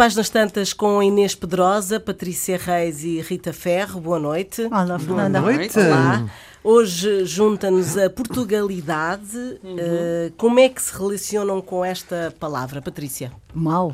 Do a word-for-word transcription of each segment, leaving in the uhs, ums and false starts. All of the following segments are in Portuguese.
Páginas Tantas com Inês Pedrosa, Patrícia Reis e Rita Ferro. Boa noite. Olá, Fernanda. Boa noite. Olá. Hoje junta-nos a Portugalidade. Uhum. Uh, como é que se relacionam com esta palavra, Patrícia? Mal.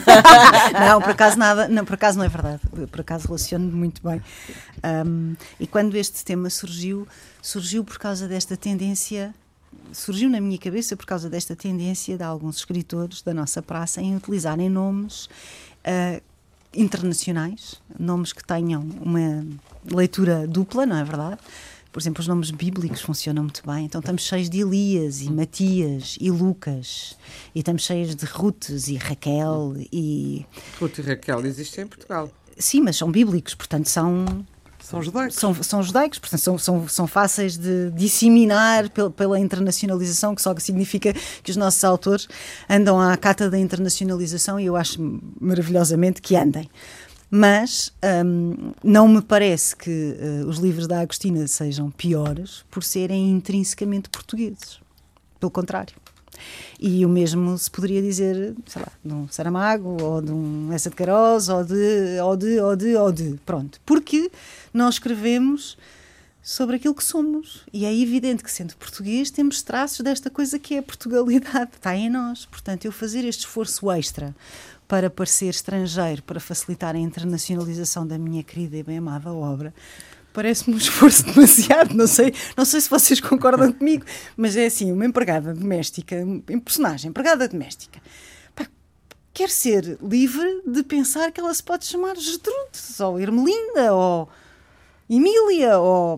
Não, por acaso nada, não, por acaso não é verdade. Por acaso relaciono-me muito bem. Um, e quando este tema surgiu, surgiu por causa desta tendência, surgiu na minha cabeça por causa desta tendência de alguns escritores da nossa praça em utilizarem nomes uh, internacionais, nomes que tenham uma leitura dupla, não é verdade? Por exemplo, os nomes bíblicos funcionam muito bem. Então estamos cheios de Elias e Matias e Lucas. E estamos cheios de Rutes e Raquel e... Ruth e Raquel existem em Portugal. Sim, mas são bíblicos, portanto são... São judaicos. São, são judaicos, portanto são, são, são fáceis de disseminar pela, pela internacionalização, que só significa que os nossos autores andam à cata da internacionalização e eu acho maravilhosamente que andem. Mas hum, não me parece que uh, os livros da Agostina sejam piores por serem intrinsecamente portugueses. Pelo contrário. E o mesmo se poderia dizer, sei lá, de um Saramago, ou de um Essa de Queiroz, ou de, ou de, ou de, ou de, pronto. Porque nós escrevemos sobre aquilo que somos. E é evidente que, sendo português, temos traços desta coisa que é a Portugalidade. Está em nós. Portanto, eu fazer este esforço extra para parecer estrangeiro, para facilitar a internacionalização da minha querida e bem-amada obra, parece-me um esforço demasiado, não sei, não sei se vocês concordam comigo, mas é assim, uma empregada doméstica, um personagem, empregada doméstica, pá, quer ser livre de pensar que ela se pode chamar Gertrudes, ou Ermelinda, ou Emília, ou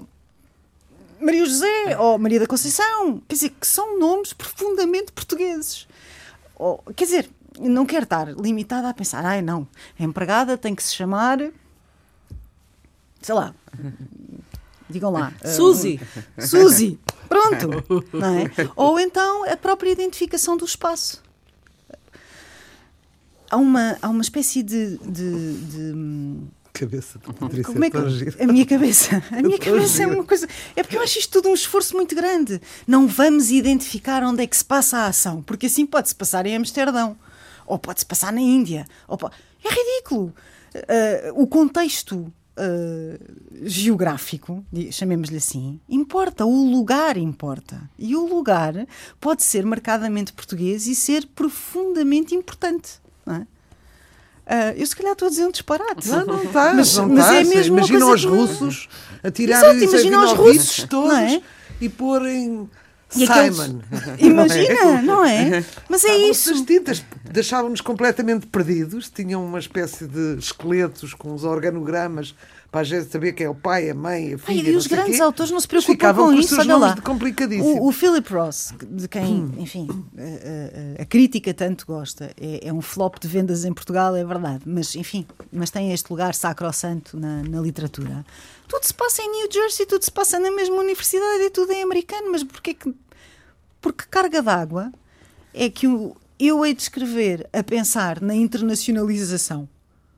Maria José, ou Maria da Conceição, quer dizer, que são nomes profundamente portugueses. Ou, quer dizer, não quero estar limitada a pensar, ai não, a empregada tem que se chamar, sei lá, digam lá. Suzy. Uh, Suzy, pronto. Não é? Ou então a própria identificação do espaço. Há uma, há uma espécie de... de, de cabeça da Patrícia. Como é que, a minha cabeça, a minha cabeça é uma coisa... É porque eu acho isto tudo um esforço muito grande. Não vamos identificar onde é que se passa a ação, porque assim pode-se passar em Amsterdão. Ou pode-se passar na Índia. Ou pode... É ridículo. Uh, o contexto uh, geográfico, chamemos-lhe assim, importa. O lugar importa. E o lugar pode ser marcadamente português e ser profundamente importante. Não é? Uh, eu se calhar estou a dizer um disparate. Não, não estás. Mas, não mas é estás. mesmo Imagina uma os coisa russos a tirar Exato, imagina os russos todos, não é? E porem... E Simon. Aqueles... Imagina, não é? Mas é isso. As tintas deixavam-nos completamente perdidos, tinham uma espécie de esqueletos com os organogramas para a gente saber quem é o pai, a mãe, a filha. Ai, e os grandes quê. autores não se preocupam Ficavam com com isso, os olha lá. complicadíssimos. O, o Philip Ross, de quem, enfim, a, a, a crítica tanto gosta, é, é um flop de vendas em Portugal, é verdade, mas enfim, mas tem este lugar sacrossanto na, na literatura. Tudo se passa em New Jersey, tudo se passa na mesma universidade e tudo é americano, mas porquê que... Porque carga d'água é que eu, eu hei de escrever a pensar na internacionalização.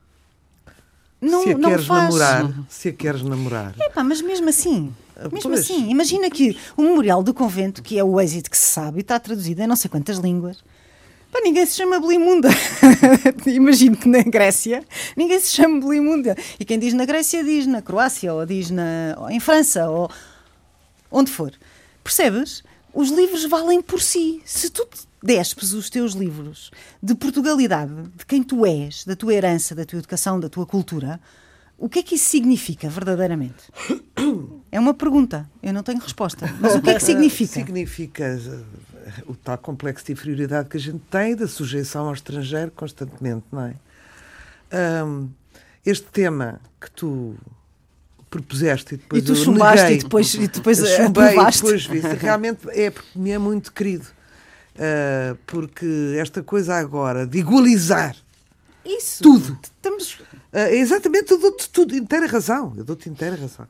Não, se a não queres faz... namorar, se a queres namorar. Epá, mas mesmo assim, mesmo Pois. assim, imagina que o Memorial do Convento, que é o êxito que se sabe e está traduzido em não sei quantas línguas, pá, ninguém se chama Belimunda. Imagino que na Grécia ninguém se chama Belimunda. E quem diz na Grécia diz na Croácia, ou diz na, ou em França, ou onde for. Percebes? Os livros valem por si. Se tu despes os teus livros de Portugalidade, de quem tu és, da tua herança, da tua educação, da tua cultura, o que é que isso significa verdadeiramente? É uma pergunta. Eu não tenho resposta. Mas o que é que significa? Significa o tal complexo de inferioridade que a gente tem da sujeição ao estrangeiro constantemente, não é? Um, este tema que tu propuseste e depois e tu eu chumbaste neguei, e depois, e depois chumbei aprovaste. E depois vi. Realmente é porque me é muito querido. Uh, porque esta coisa agora de igualizar Isso. tudo. Estamos... Uh, exatamente, eu dou-te tudo, inteira razão. Eu dou-te inteira razão.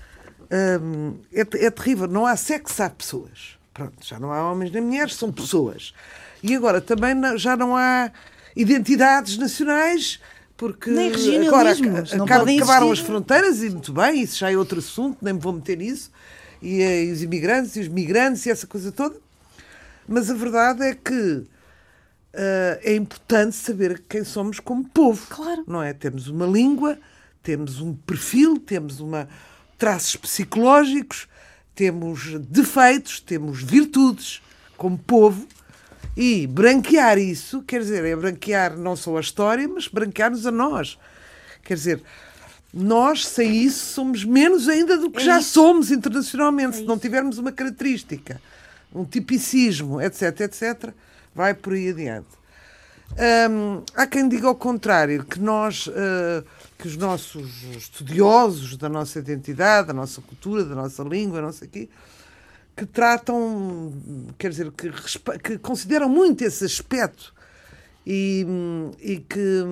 Um, é, é terrível. Não há sexo, há pessoas. Pronto, já não há homens nem mulheres, são pessoas. E agora também não, já não há identidades nacionais, porque nem agora não acabam, podem acabaram existir. as fronteiras e muito bem, isso já é outro assunto, nem me vou meter nisso. E, e os imigrantes e os migrantes e essa coisa toda. Mas a verdade é que uh, é importante saber quem somos como povo. Claro. Não é? Temos uma língua, temos um perfil, temos uma, traços psicológicos, temos defeitos, temos virtudes como povo. E branquear isso, quer dizer, é branquear não só a história, mas branquear-nos a nós. Quer dizer, nós, sem isso, somos menos ainda do que é já isso. somos internacionalmente. É se não tivermos uma característica, um tipicismo, etc, etcétera, vai por aí adiante. Hum, há quem diga ao contrário, que nós, uh, que os nossos estudiosos da nossa identidade, da nossa cultura, da nossa língua, não sei o quê, que tratam, quer dizer, que, que consideram muito esse aspecto e, e que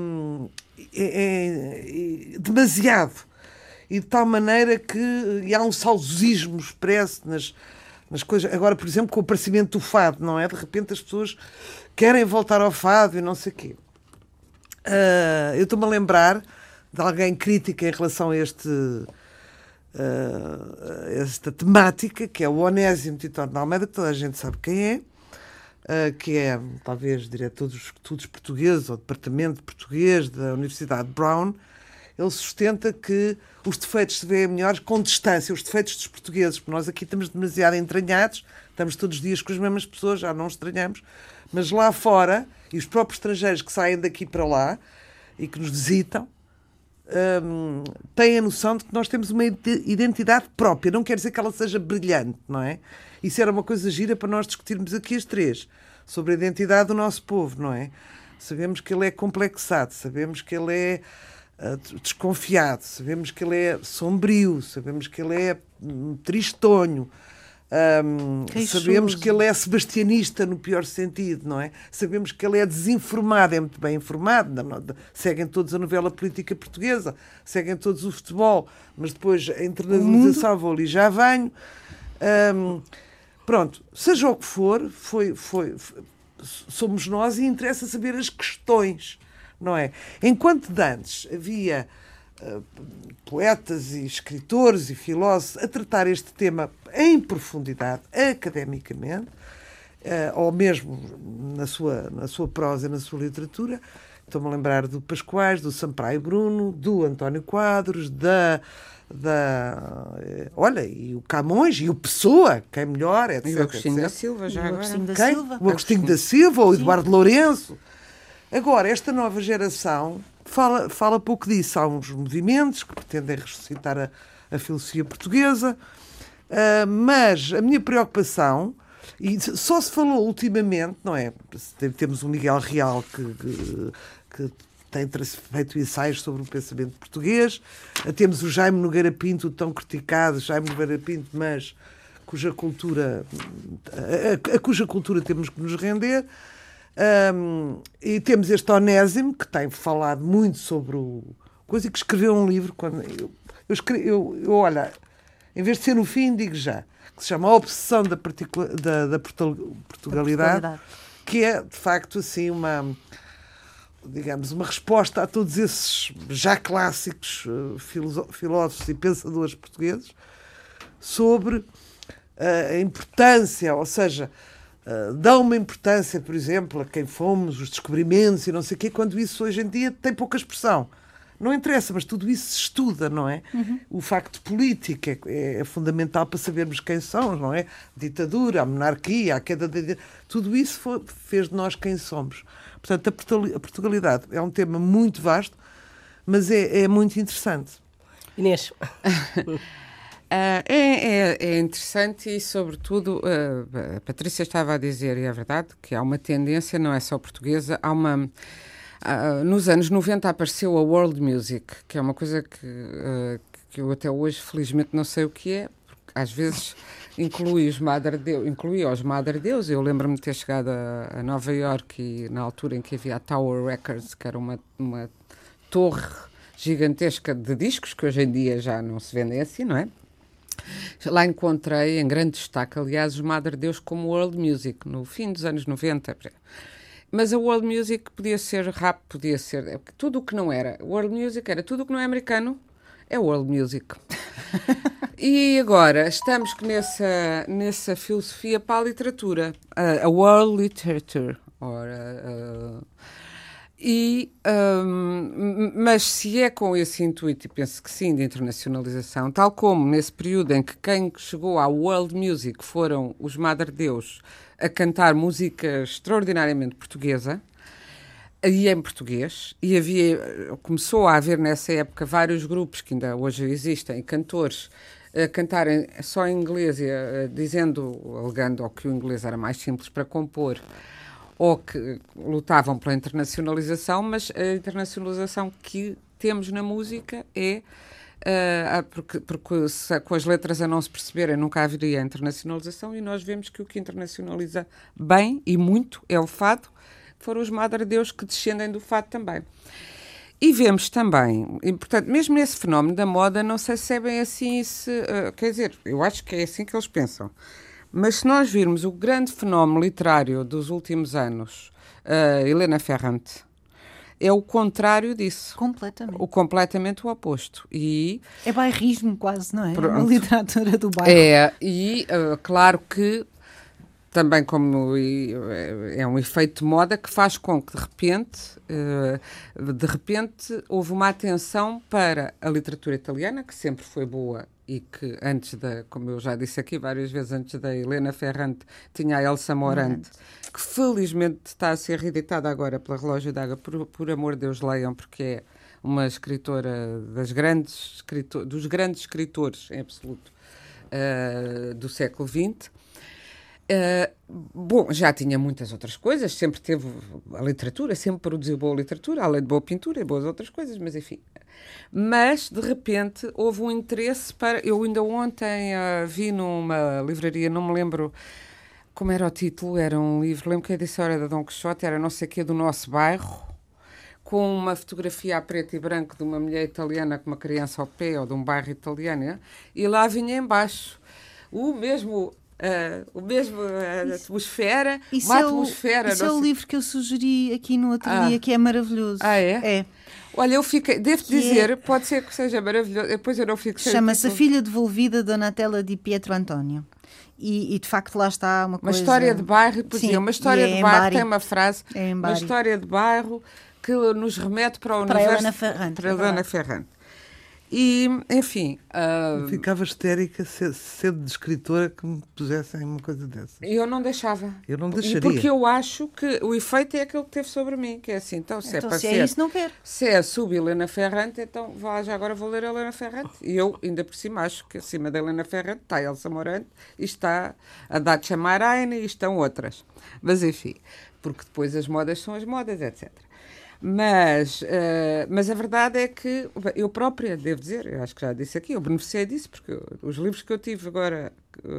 é, é demasiado. E de tal maneira que e há um saudosismo expresso nas, nas coisas. Agora, por exemplo, com o aparecimento do fado, não é? De repente as pessoas querem voltar ao fado e não sei o quê. Uh, eu estou-me a lembrar de alguém crítico em relação a este... Uh, esta temática, que é o Onésimo Titório de Almeida, que toda a gente sabe quem é, uh, que é, talvez, diretor dos estudos portugueses, ou departamento português da Universidade de Brown. Ele sustenta que os defeitos se veem melhores com distância, os defeitos dos portugueses, porque nós aqui estamos demasiado entranhados, estamos todos os dias com as mesmas pessoas, já não estranhamos, mas lá fora, e os próprios estrangeiros que saem daqui para lá e que nos visitam, Um, têm a noção de que nós temos uma identidade própria. Não quer dizer que ela seja brilhante, não é? Isso era uma coisa gira para nós discutirmos aqui as três, sobre a identidade do nosso povo, não é? Sabemos que ele é complexado, sabemos que ele é uh, desconfiado, sabemos que ele é sombrio, sabemos que ele é um, tristonho, um, sabemos que ele é sebastianista no pior sentido, não é? Sabemos que ele é desinformado, é muito bem informado, não, não, seguem todos a novela política portuguesa, seguem todos o futebol, mas depois a internacionalização, vou ali já venho. Um, pronto, seja o que for, foi, foi, foi, somos nós e interessa saber as questões, não é? Enquanto de antes havia Uh, poetas e escritores e filósofos a tratar este tema em profundidade, academicamente, uh, ou mesmo na sua, na sua prosa e na sua literatura. Estou-me a lembrar do Pascoais, do Sampaio Bruno, do António Quadros, da... da uh, olha, e o Camões, e o Pessoa, quem é melhor, etcétera. E o Agostinho etcétera. da Silva, já o agora. Agostinho da Quem? Silva. O Agostinho da Silva, o Eduardo Lourenço. Agora, esta nova geração fala, fala pouco disso. Há uns movimentos que pretendem ressuscitar a, a filosofia portuguesa, uh, mas a minha preocupação, e só se falou ultimamente, não é? Temos o Miguel Real que, que, que tem feito ensaios sobre o pensamento português, temos o Jaime Nogueira Pinto, tão criticado, Jaime Nogueira Pinto, mas cuja cultura, a, a, a cuja cultura temos que nos render. Um, e temos este Onésimo, que tem falado muito sobre o coisa, e que escreveu um livro. Quando eu, eu, escrevo, eu, eu, olha, em vez de ser no fim, digo já, que se chama A Obsessão da, da, da Portugalidade, Portugalidade, que é, de facto, assim, uma, digamos, uma resposta a todos esses já clássicos uh, filósofos e pensadores portugueses sobre uh, a importância, ou seja, Uh, dão uma importância, por exemplo, a quem fomos, os descobrimentos e não sei o quê, quando isso hoje em dia tem pouca expressão. Não interessa, mas tudo isso se estuda, não é? Uhum. O facto político é, é fundamental para sabermos quem somos, não é? A ditadura, a monarquia, a queda da... Tudo isso foi, fez de nós quem somos. Portanto, a Portugalidade é um tema muito vasto, mas é, é muito interessante. Inês. Uh, é, é, é interessante e, sobretudo, uh, a Patrícia estava a dizer, e é verdade, que há uma tendência, não é só portuguesa, há uma... Uh, nos anos noventa apareceu a World Music, que é uma coisa que, uh, que eu até hoje, felizmente, não sei o que é, porque às vezes inclui os Madre Deus, incluía os Madre Deus. Eu lembro-me de ter chegado a, a Nova Iorque e, na altura em que havia a Tower Records, que era uma, uma torre gigantesca de discos, que hoje em dia já não se vendem assim, não é? Lá encontrei, em grande destaque, aliás, os Madre Deus como World Music, no fim dos anos noventa. Mas a World Music podia ser rap, podia ser... Tudo o que não era World Music era tudo o que não é americano, é World Music. E agora, estamos nessa, nessa filosofia para a literatura, a, a World Literature, Ora, uh, e, um, mas se é com esse intuito, e penso que sim, de internacionalização, tal como nesse período em que quem chegou à world music foram os Madre Deus a cantar música extraordinariamente portuguesa, e em português, e havia, começou a haver nessa época vários grupos que ainda hoje existem, cantores, a cantarem só em inglês, e a, a, dizendo, alegando ou que o inglês era mais simples para compor, ou que lutavam pela internacionalização, mas a internacionalização que temos na música é, uh, porque, porque se, com as letras a não se perceberem nunca haveria internacionalização, e nós vemos que o que internacionaliza bem e muito é o fado. Foram os Madre Deus que descendem do fado também. E vemos também, e, portanto, mesmo nesse fenómeno da moda, não sei se é bem assim, se, uh, quer dizer, eu acho que é assim que eles pensam. Mas se nós virmos o grande fenómeno literário dos últimos anos, uh, Helena Ferrante, é o contrário disso. Completamente. O completamente o oposto. E, é bairrismo quase, não é? Pronto. A literatura do bairro. É, e uh, claro que também como é um efeito de moda que faz com que de repente, uh, de repente houve uma atenção para a literatura italiana, que sempre foi boa, e que antes da, como eu já disse aqui várias vezes, antes da Helena Ferrante, tinha a Elsa Morante, uhum. que felizmente está a ser reeditada agora pela Relógio d'Água, por, por amor de Deus leiam, porque é uma escritora das grandes escritor, dos grandes escritores, em absoluto, uh, do século vinte. Uh, bom, já tinha muitas outras coisas, sempre teve a literatura, sempre produziu boa literatura, além de boa pintura e boas outras coisas, mas enfim. Mas, de repente, houve um interesse para... Eu ainda ontem uh, vi numa livraria, não me lembro como era o título, era um livro, lembro que a edição era da Dom Quixote, era não sei o quê, do nosso bairro, com uma fotografia a preto e branco de uma mulher italiana com uma criança ao pé, ou de um bairro italiano, e lá vinha em baixo o mesmo... Uh, o mesmo uh, atmosfera, isso uma é o, atmosfera. Isso é o livro que eu sugeri aqui no outro ah. dia, que é maravilhoso. Ah, é? É. Olha, eu fiquei, devo que dizer, é... pode ser que seja maravilhoso, depois eu não fico sem. Chama-se A Filha Devolvida, Donatella di Pietro Antonio. E, e de facto lá está uma, uma coisa... Uma história de bairro, por exemplo, uma história é de bairro Bari. Tem uma frase, é uma história de bairro que nos remete para o para universo... Helena Ferrante. Para Helena Ferrante. E, enfim... Uh... Eu ficava histérica sendo de escritora que me pusessem uma coisa dessa. Eu não deixava. Eu não deixaria. Porque eu acho que o efeito é aquele que teve sobre mim, que é assim, então se então, é para se ser... é isso, não quero. Se é sub Helena Ferrante, então vá, já agora vou ler a Helena Ferrante. E eu, ainda por cima, acho que acima da Helena Ferrante está a Elsa Morante, e está a Dacia Maraine, e estão outras. Mas, enfim, porque depois as modas são as modas, etcétera. Mas, uh, mas a verdade é que eu própria, devo dizer, eu acho que já disse aqui, eu beneficiei disso, porque eu, os livros que eu tive agora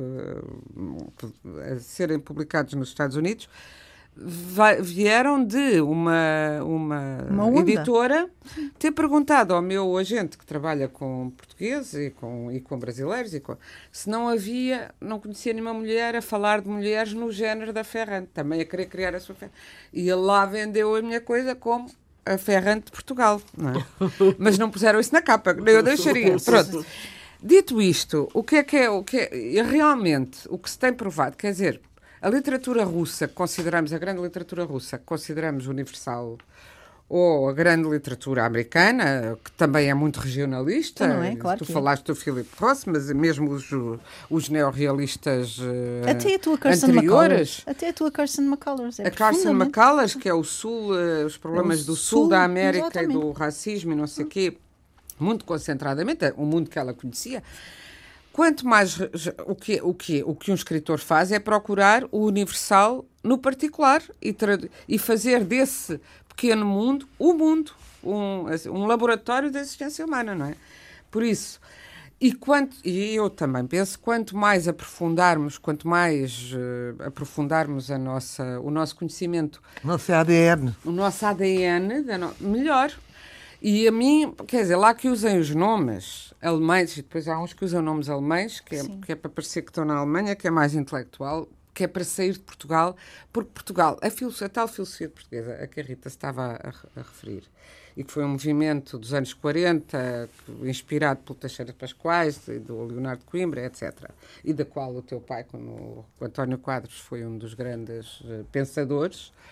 uh, a serem publicados nos Estados Unidos vai, vieram de uma, uma, uma editora ter perguntado ao meu agente que trabalha com portugueses e com, e com brasileiros e com, se não havia, não conhecia nenhuma mulher a falar de mulheres no género da Ferrante, também a querer criar a sua Ferrante. E ele lá vendeu a minha coisa como a Ferrante de Portugal, não é? Mas não puseram isso na capa, eu deixaria. Pronto. Dito isto, o que é que é, o que é realmente o que se tem provado, quer dizer, a literatura russa, que consideramos a grande literatura russa, que consideramos universal, ou a grande literatura americana, que também é muito regionalista. Não é? Claro tu que falaste é. do Philip Roth, mas mesmo os, os neorrealistas uh, Até a tua Carson anteriores. Até a tua Carson McCullers. É a Carson McCullers, que é o sul, uh, os problemas é o do sul, sul da América exatamente. E do racismo e não sei o quê, muito concentradamente, o mundo que ela conhecia. Quanto mais o que, o, que, o que um escritor faz é procurar o universal no particular e, e fazer desse pequeno mundo o mundo, um, um laboratório da existência humana, não é? Por isso, e, quanto, e eu também penso, quanto mais aprofundarmos, quanto mais uh, aprofundarmos a nossa, o nosso conhecimento... O nosso A D N. O nosso A D N, no, melhor. E a mim, quer dizer, lá que usem os nomes alemães, e depois há uns que usam nomes alemães, que é, que é para parecer que estão na Alemanha, que é mais intelectual, que é para sair de Portugal, porque Portugal, a, a tal filosofia portuguesa a que a Rita se estava a, a referir, e que foi um movimento dos anos quarenta, inspirado pelo Teixeira de Pascoais, do Leonardo de Coimbra, etcétera, e da qual o teu pai, como o António Quadros, foi um dos grandes uh, pensadores,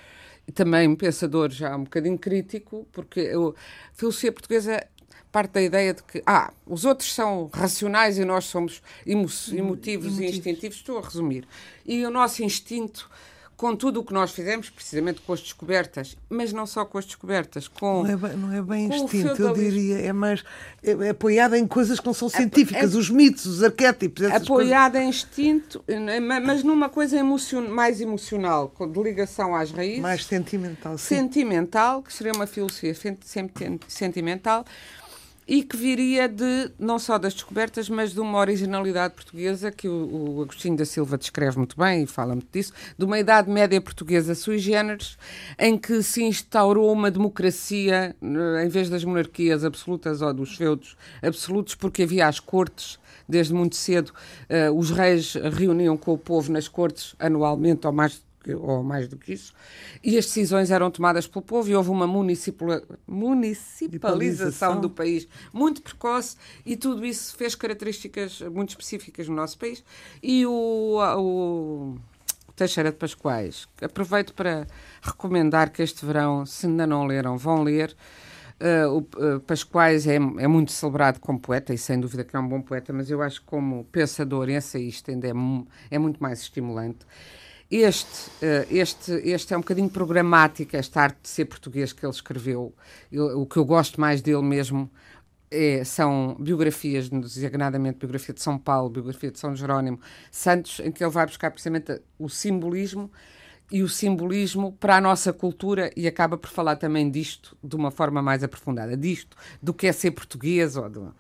também um pensador já um bocadinho crítico, porque a filosofia portuguesa parte da ideia de que ah, os outros são racionais e nós somos emo emotivos, emotivos e instintivos. Estou a resumir. E o nosso instinto, com tudo o que nós fizemos, precisamente com as descobertas, mas não só com as descobertas, com... Não é bem, não é bem instinto, eu diria, é mais é, é apoiada em coisas que não são científicas, é, é, os mitos, os arquétipos, essas apoiada coisas. Em instinto, mas numa coisa emocion, mais emocional, de ligação às raízes. Mais sentimental, sim. Sentimental, que seria uma filosofia sentimental, e que viria de, não só das descobertas, mas de uma originalidade portuguesa, que o, o Agostinho da Silva descreve muito bem, e fala muito disso, de uma Idade Média portuguesa sui generis, em que se instaurou uma democracia, em vez das monarquias absolutas ou dos feudos absolutos, porque havia as cortes, desde muito cedo, uh, os reis reuniam com o povo nas cortes anualmente, ou mais ou mais do que isso, e as decisões eram tomadas pelo povo e houve uma municipal... municipalização do país muito precoce e tudo isso fez características muito específicas no nosso país. E o, o Teixeira de Pascoais, aproveito para recomendar que este verão, se ainda não leram, vão ler. Uh, o uh, Pascoais é, é muito celebrado como poeta, e sem dúvida que é um bom poeta, mas eu acho que como pensador e ensaísta ainda é, é muito mais estimulante. Este, este, este é um bocadinho programático, esta arte de ser português que ele escreveu. Eu, o que eu gosto mais dele mesmo é, são biografias, designadamente biografia de São Paulo, biografia de São Jerónimo, Santos, em que ele vai buscar precisamente o simbolismo e o simbolismo para a nossa cultura e acaba por falar também disto de uma forma mais aprofundada, disto, do que é ser português. Ou do... uh,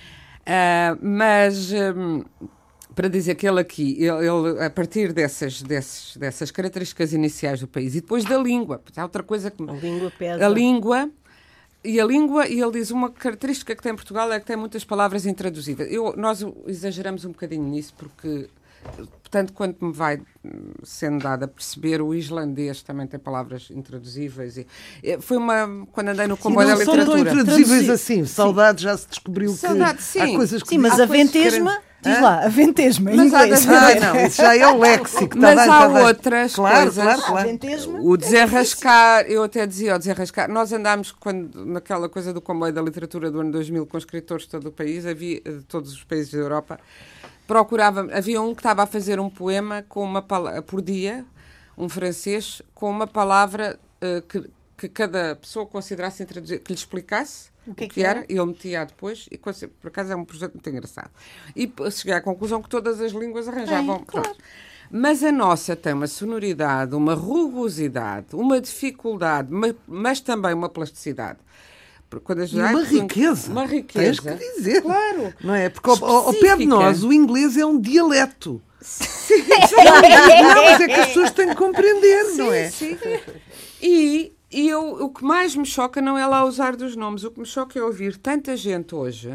mas... Um, para dizer que ele aqui, ele, ele, a partir dessas, dessas, dessas características iniciais do país e depois da língua, há outra coisa que... A língua pesa. A língua, e a língua, e ele diz, uma característica que tem em Portugal é que tem muitas palavras intraduzidas. Eu, nós exageramos um bocadinho nisso, porque, tanto quanto me vai sendo dado a perceber, o islandês também tem palavras intraduzíveis. E, foi uma... Quando andei no comboio da literatura... Não são tão intraduzíveis assim. Saudade já se descobriu Saudade, que sim. há coisas que... Sim, mas a ventesma... Diz lá, a ventesma, em inglês. Ah, não, isso já é o léxico. Mas tá há bem, tá outras claro, coisas. Claro, claro. Ventesma, o desenrascar, eu até dizia o desenrascar. Nós andámos quando, naquela coisa do comboio da literatura do ano dois mil com escritores de todo o país, havia, de todos os países da Europa, procurava, havia um que estava a fazer um poema com uma palavra, por dia, um francês, com uma palavra uh, que, que cada pessoa considerasse introduzir, que lhe explicasse o que, é que era, e ele metia depois, e por acaso é um projeto muito engraçado. E cheguei à conclusão que todas as línguas arranjavam. É, claro. Mas a nossa tem uma sonoridade, uma rugosidade, uma dificuldade, mas, mas também uma plasticidade. Quando e uma riqueza. Uma riqueza. Tens que dizer. Claro. Não é? Porque ao, ao pé de nós o inglês é um dialeto. Sim. Não, mas é que as pessoas têm que compreender, sim, não é? Sim. E... E eu, o que mais me choca não é lá usar dos nomes. O que me choca é ouvir tanta gente hoje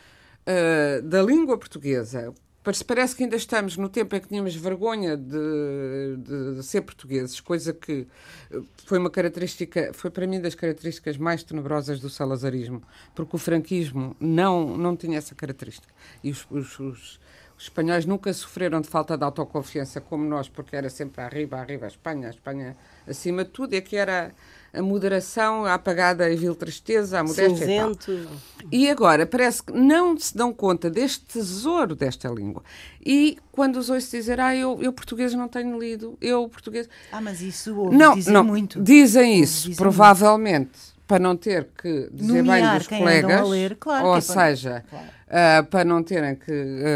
uh, da língua portuguesa. Parece que ainda estamos no tempo em que tínhamos vergonha de, de, de ser portugueses, coisa que foi uma característica, foi para mim das características mais tenebrosas do salazarismo, porque o franquismo não, não tinha essa característica. E os, os, os Os espanhóis nunca sofreram de falta de autoconfiança como nós, porque era sempre arriba, arriba a Espanha, a Espanha acima de tudo, é que era a moderação, a apagada e vil tristeza, a modéstia Cinzento. E tal. E agora, parece que não se dão conta deste tesouro desta língua. E quando os ouço dizer, ah, eu, eu português não tenho lido, eu português... Ah, mas isso ouve não, dizer não, muito. Dizem isso, dizem provavelmente... Muito. Para não ter que dizer Nomear bem dos quem colegas, a ler, claro, ou é seja, claro. uh, para não terem que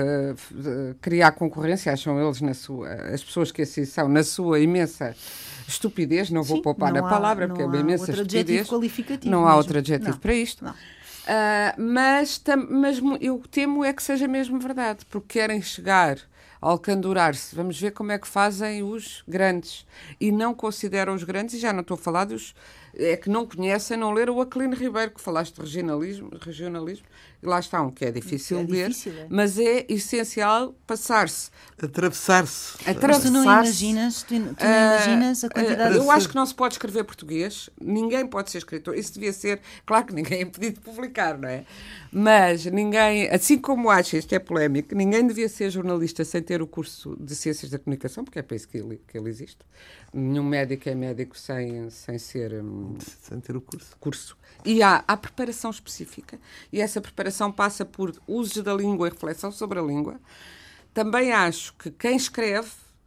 uh, criar concorrência, acham eles, na sua, as pessoas que assim são, na sua imensa estupidez, não vou Sim, poupar não na há, palavra, porque é uma imensa estupidez. Não há mesmo. outro adjetivo não. para isto. Não. Uh, mas, tam, mas eu temo é que seja mesmo verdade, porque querem chegar a alcandorar-se. Vamos ver como é que fazem os grandes. E não consideram os grandes, e já não estou a falar dos... É que não conhecem, não leram o Aquilino Ribeiro, que falaste de regionalismo, regionalismo, e lá está um que é difícil é de ler, difícil, é. Mas é essencial passar-se. Atravessar-se. Mas tu não imaginas, tu, tu não imaginas a quantidade... Uh, eu acho que não se pode escrever português, ninguém pode ser escritor, isso devia ser, claro que ninguém é impedido de publicar, não é? Mas ninguém, assim como acho, isto é polémico, ninguém devia ser jornalista sem ter ter o curso de Ciências da Comunicação, porque é para isso que ele, que ele existe. Nenhum médico é médico sem, sem ser... Um, sem ter o curso. curso. E há a preparação específica, e essa preparação passa por usos da língua e reflexão sobre a língua. Também acho que quem escreve,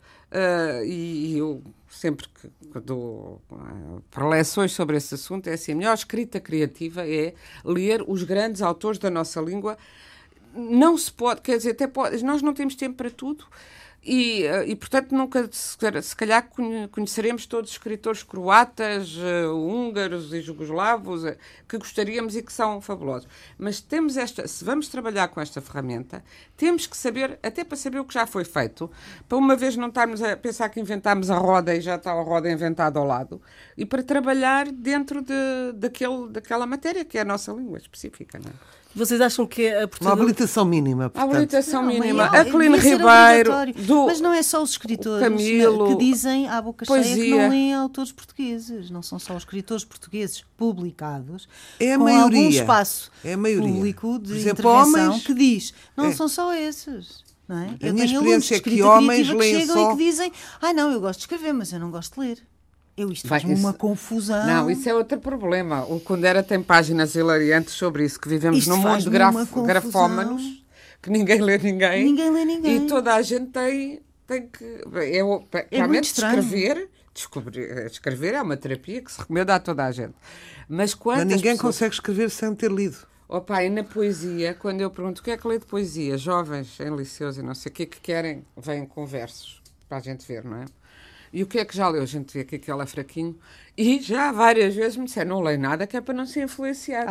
uh, e, e eu sempre que, que dou uh, preleções sobre esse assunto, é assim, a melhor escrita criativa é ler os grandes autores da nossa língua. Não se pode, quer dizer, até pode, nós não temos tempo para tudo. E, e, portanto, nunca, se calhar, conheceremos todos os escritores croatas, uh, húngaros e jugoslavos uh, que gostaríamos e que são fabulosos. Mas temos esta, se vamos trabalhar com esta ferramenta, temos que saber, até para saber o que já foi feito, para uma vez não estarmos a pensar que inventámos a roda e já está a roda inventada ao lado, e para trabalhar dentro de, daquele, daquela matéria que é a nossa língua específica, não é? Vocês acham que a Portugal... Uma habilitação mínima, portanto. A habilitação Não, mínima. é, A Cleline devia ser Ribeiro, obrigatório. do Mas não é só os escritores Camilo, que dizem à boca cheia que poesia. não leem autores portugueses. Não são só os escritores portugueses publicados, É a com maioria. algum espaço É a maioria. público de Por exemplo, intervenção homens- que diz, não É. são só esses. Não é? A Eu minha tenho alunos experiência de é que escrita homens criativa que leem chegam só- e que dizem, ai não, eu gosto de escrever, mas eu não gosto de ler. Eu, isto Vai, faz-me uma isso- confusão. Não, isso é outro problema. O Kundera tem páginas hilariantes sobre isso, que vivemos Isto num mundo de faz-me graf, uma confusão. grafómanos, que ninguém lê ninguém. Ninguém lê ninguém. E toda a gente tem, tem que... É, o- realmente muito estranho. escrever, descobrir, escrever é uma terapia que se recomenda a toda a gente. Mas quantas Mas ninguém pessoas... consegue escrever sem ter lido. Opa, e na poesia, quando eu pergunto o que é que lê de poesia, jovens em liceus e não sei o que, que querem, vêm com versos, para a gente ver, não é? E o que é que já leu? A gente vê que aquele é fraquinho. E já várias vezes me disseram, não leio nada, que é para não ser influenciado.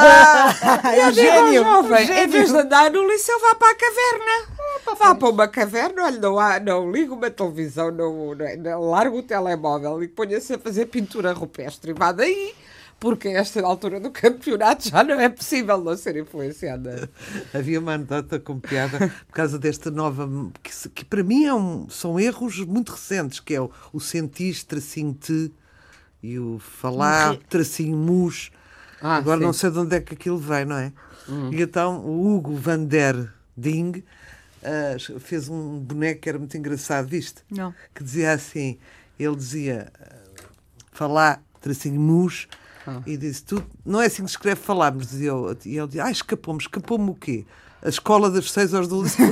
Ah, eu digo ao gênio, jovem, gênio. em vez de andar no liceu, vá para a caverna. Vá para uma caverna, olha, não, há, não liga uma televisão, não, não, não larga o telemóvel e ponha-se a fazer pintura rupestre e vá daí. Porque a esta altura do campeonato já não é possível não ser influenciada. Havia uma anedota com piada por causa desta nova... Que, se- que para mim é um- são erros muito recentes, que é o, o sentir, tracinho te, e o falar, Morrer. tracinho mus. Ah, Agora sim. não sei de onde é que aquilo vem, não é? E então o Hugo van der Ding ah, fez um boneco que era muito engraçado, viste? Não. Que dizia assim, ele dizia ah, falar, tracinho mus, e disse, tu, não é assim que se escreve falar, mas dizia eu, e ele dizia, ah, escapou-me, escapou-me o quê? A escola das seis horas do liceu.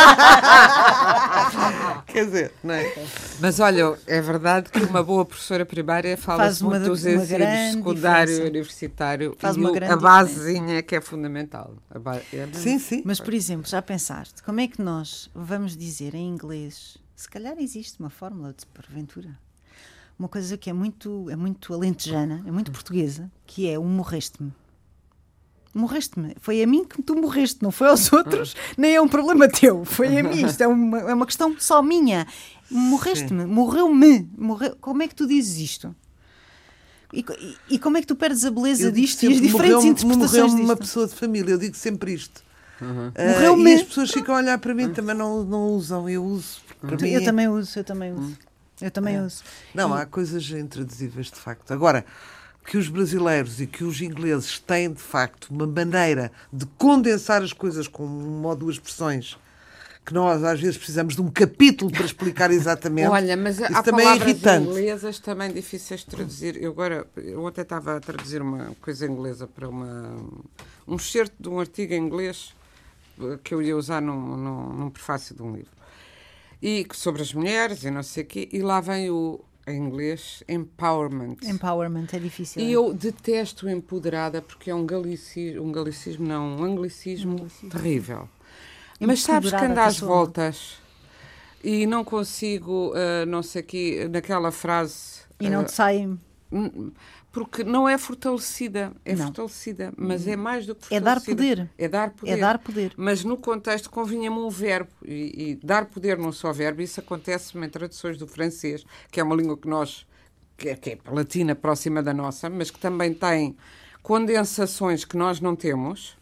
Quer dizer, não é? Mas olha, é verdade que uma boa professora primária Faz fala-se uma- muito dos uma ensinos grande secundário e diferença. universitário. Faz e uma o- grande a basezinha é que é fundamental. A ba- é mesmo. Sim, sim. Mas, por exemplo, já pensaste, como é que nós vamos dizer em inglês, se calhar existe uma fórmula de porventura, uma coisa que é muito, é muito alentejana, é muito portuguesa, que é o morreste-me. Morreste-me. Foi a mim que tu morreste, não foi aos outros, nem é um problema teu. Foi a mim. Isto é uma, é uma questão só minha. Morreste-me. Morreu-me. Morreu. Como é que tu dizes isto? E, e- e como é que tu perdes a beleza Eu digo disto e as sempre, diferentes morreu- interpretações morreu-me uma disto? pessoa de família, eu digo sempre isto. Ah, Morreu-me. e as pessoas ficam a olhar para mim, também não, não usam, eu uso. Para mim Eu é- também uso, eu também uso. Eu também uso. Não, há coisas intraduzíveis de facto. Agora, que os brasileiros e que os ingleses têm de facto uma maneira de condensar as coisas com uma ou duas expressões que nós às vezes precisamos de um capítulo para explicar exatamente. Olha, mas isso há também é palavras irritante. inglesas também difíceis de traduzir. Eu agora, eu ontem estava a traduzir uma coisa inglesa para uma, um excerto de um artigo em inglês eh, que eu ia usar num, num, num prefácio de um livro. E sobre as mulheres e não sei o quê, e lá vem o, em inglês, empowerment. Empowerment é difícil. E eu detesto o empoderada porque é um galicismo, um galicismo não, um anglicismo terrível. Mas sabes que anda Empoderada, às pessoa. voltas e não consigo, ah, não sei aqui, naquela frase... E não ah, te sai. Hum, porque não é fortalecida, é Não. fortalecida, mas é mais do que É dar fortalecida. poder. É dar poder. É dar poder. Mas no contexto convinha-me um verbo, e, e dar poder num só verbo, isso acontece-me em traduções do francês, que é uma língua que nós, que é, que é latina, próxima da nossa, mas que também tem condensações que nós não temos.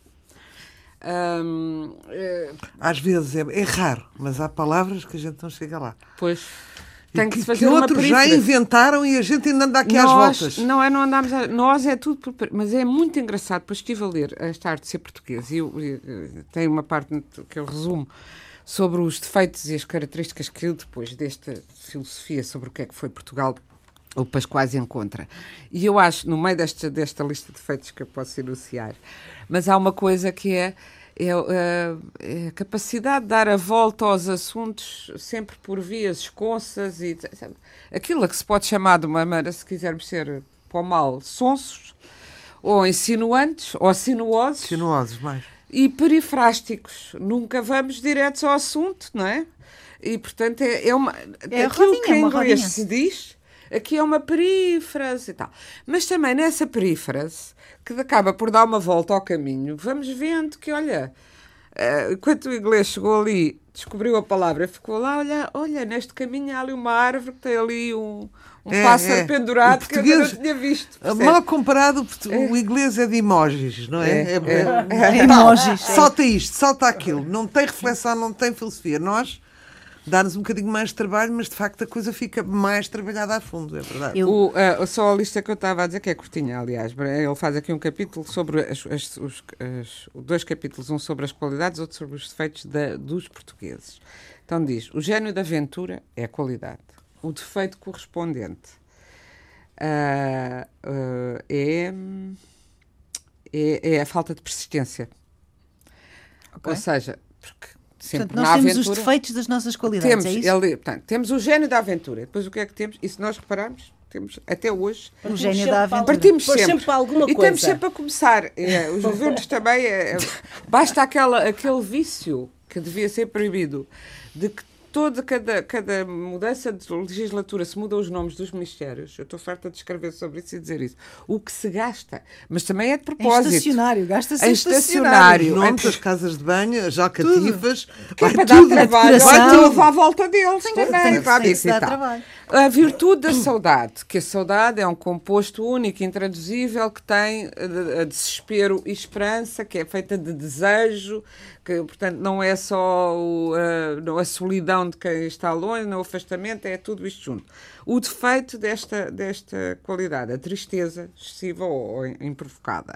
Hum, é, Às vezes é, é raro, mas há palavras que a gente não chega lá. pois... E Tem que, que, se fazer que uma outros já perífrase. inventaram e a gente ainda anda aqui nós, às voltas. Não é, não andamos a, nós é tudo, por, mas é muito engraçado, depois estive a ler esta arte de ser português e eu, eu, tem uma parte que eu resumo sobre os defeitos e as características que eu, depois desta filosofia sobre o que é que foi Portugal, o Pascoais encontra. E eu acho, no meio desta, desta lista de defeitos que eu posso enunciar, mas há uma coisa que é, é, é a capacidade de dar a volta aos assuntos sempre por vias esconsas e sabe, aquilo a que se pode chamar de uma maneira, se quisermos ser para o mal, sonsos, ou insinuantes, ou sinuosos. Sinuosos, mais. E perifrásticos. Nunca vamos diretos ao assunto, não é? E, portanto, é, é uma... É aquilo rodinha, que em uma inglês rodinha. se diz, aqui é uma perífrase e tal. Mas também nessa perífrase, que acaba por dar uma volta ao caminho, vamos vendo que, olha, uh, enquanto o inglês chegou ali, descobriu a palavra, ficou lá, olha, olha, neste caminho há ali uma árvore que tem ali um... Um É, pássaro é. pendurado O que eu ainda português- não tinha visto. percebe? Mal comparado, porque o inglês é de emojis, não é? É, é, é. Emojis, é. Salta isto, salta aquilo. Não tem reflexão, não tem filosofia. Nós dá-nos um bocadinho mais de trabalho, mas de facto a coisa fica mais trabalhada a fundo, é verdade. Eu- O, uh, só a lista que eu estava a dizer, que é curtinha, aliás. Ele faz aqui um capítulo sobre as, as, os as, dois capítulos, um sobre as qualidades, outro sobre os defeitos da, dos portugueses. Então diz: o gênio da aventura é a qualidade. O defeito correspondente uh, uh, é, é, é a falta de persistência. Ok. Ou seja, porque sempre Portanto, nós na temos aventura... os defeitos das nossas qualidades, Temos, é isso? ele, portanto, temos o gênio da aventura. Depois o que é que temos? E se nós repararmos, temos até hoje. O gênio sempre da para- aventura. Partimos Pois sempre. sempre para alguma e coisa. estamos sempre a começar. É, os governos também. É, é, basta aquela, aquele vício que devia ser proibido, de que toda cada, cada mudança de legislatura se mudam os nomes dos ministérios. Eu estou farta de escrever sobre isso e dizer isso. O que se gasta, mas também é de Em propósito. estacionário, gasta-se Em em estacionário. Os nomes, Entre- as casas de banho, as alcatifas, Que é vai para dar tudo. trabalho, decoração. vai tudo à volta deles também, tem- para tem que isso se e dar tal. trabalho. A virtude da saudade, que a saudade é um composto único, intraduzível, que tem uh, desespero e esperança, que é feita de desejo, que, portanto, não é só o, uh, a solidão de quem está longe, não o afastamento, é tudo isto junto. O defeito desta, desta qualidade, a tristeza excessiva ou, ou improvocada.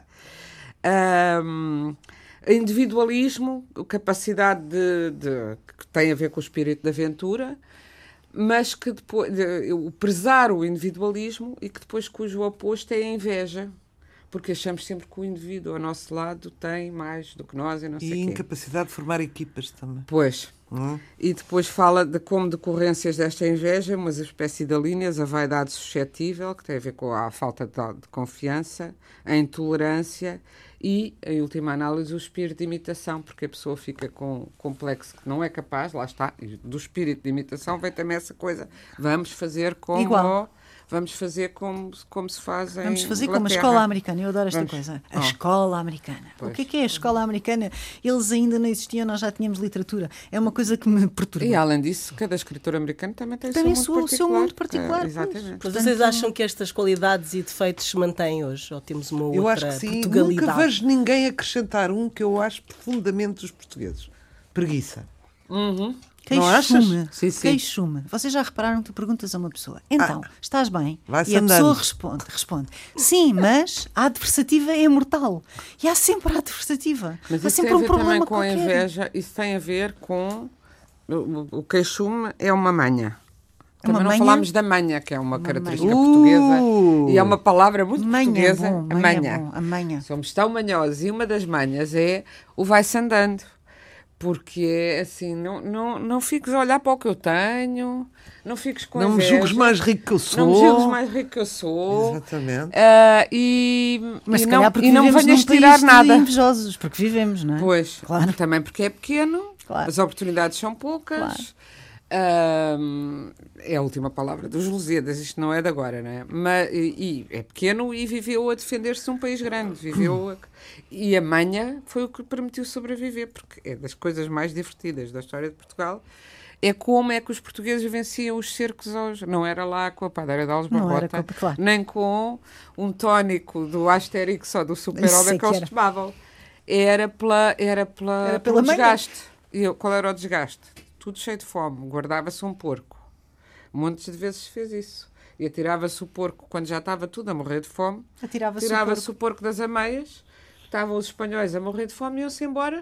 Um, individualismo, capacidade de, de, que tem a ver com o espírito de aventura, mas que depois, de, o prezar o individualismo e que depois cujo oposto é a inveja, porque achamos sempre que o indivíduo ao nosso lado tem mais do que nós e não sei E o quê. incapacidade de formar equipas também. Pois. Hum? E depois fala de como decorrências desta inveja, umas espécie de linhas, a vaidade suscetível, que tem a ver com a falta de, de confiança, a intolerância e, em última análise, o espírito de imitação, porque a pessoa fica com um complexo que não é capaz, lá está, e do espírito de imitação vem também essa coisa, vamos fazer como... Igual. Vamos fazer como, como se faz em Vamos fazer como a Inglaterra. escola americana. Eu adoro esta Vamos- coisa. A Oh. escola americana. Pois. O que é que é a escola americana? Eles ainda não existiam, nós já tínhamos literatura. É uma coisa que me perturba. E, além disso, cada escritor americano também tem, Tem o seu, o mundo seu- o seu particular. mundo particular, É, pois. exatamente. Mas Portanto, vocês acham que estas qualidades e defeitos se mantêm hoje? Ou temos uma outra Eu acho que sim. Portugalidade? Nunca vejo ninguém acrescentar um que eu acho profundamente dos portugueses. Preguiça. Uhum. Não achas? Queixume. Sim, sim. Queixume. Vocês já repararam que tu perguntas a uma pessoa: então, estás bem? vai-se E a andando. pessoa responde, responde: sim, mas a adversativa é mortal. E há sempre a adversativa. Mas há isso sempre tem a um ver também problema com a qualquer. inveja, isso tem a ver com... O, o queixume é uma manha. É uma Também não manha? falámos da manha, que é uma, característica manha. portuguesa. Uh! E é uma palavra muito Manha, portuguesa. bom, a manha, manha. bom, a manha. Somos tão manhosos. E uma das manhas é o vai-se andando. Porque é assim, não, não, não fiques a olhar para o que eu tenho, não fiques com Não me inveja, julgues mais rico que eu sou. Não me julgues mais rico que eu sou. Exatamente. Ah, e, Mas e se não, calhar porque e não me vivemos venhas num país tirar de nada. invejosos, porque vivemos, não é? Pois, Claro. também porque é pequeno, Claro. as oportunidades são poucas. Claro. Ahm, é a última palavra dos Lusíadas, isto não é de agora, não é? Mas, e, e é pequeno e viveu a defender-se de um país grande, viveu a- e a manha foi o que lhe permitiu sobreviver, porque é das coisas mais divertidas da história de Portugal. É como é que os portugueses venciam os cercos aos... Não era lá com a padeira de Alves Não era Barbota, com- claro. nem com um tónico do Asterix ou do Isso Super-Homem é que eles que era. tomavam. Era pela, era pela, Era pelo pela manha. desgaste. E eu, qual era o desgaste? Tudo cheio de fome. Guardava-se um porco. Montes de vezes fez isso. E atirava-se o porco quando já estava tudo a morrer de fome. Atirava-se o Tirava-se porco. o porco das ameias. Estavam os espanhóis a morrer de fome e iam-se embora